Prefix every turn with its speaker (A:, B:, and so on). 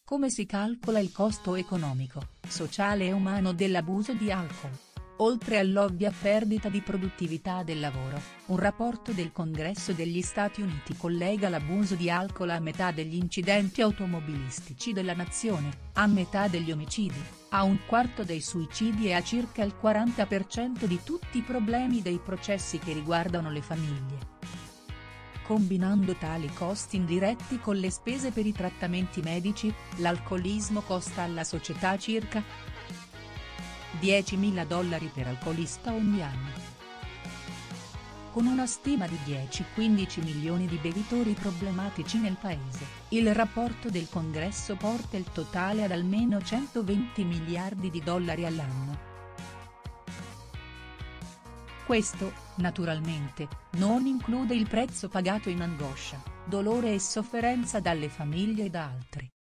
A: Come si calcola il costo economico, sociale e umano dell'abuso di alcol? Oltre all'ovvia perdita di produttività del lavoro, un rapporto del Congresso degli Stati Uniti collega l'abuso di alcol a metà degli incidenti automobilistici della nazione, a metà degli omicidi, a un quarto dei suicidi e a circa il 40% di tutti i problemi dei processi che riguardano le famiglie. Combinando tali costi indiretti con le spese per i trattamenti medici, l'alcolismo costa alla società circa $10.000 per alcolista ogni anno. Con una stima di 10-15 milioni di bevitori problematici nel paese, il rapporto del Congresso porta il totale ad almeno $120 miliardi all'anno. Questo, naturalmente, non include il prezzo pagato in angoscia, dolore e sofferenza dalle famiglie e da altri.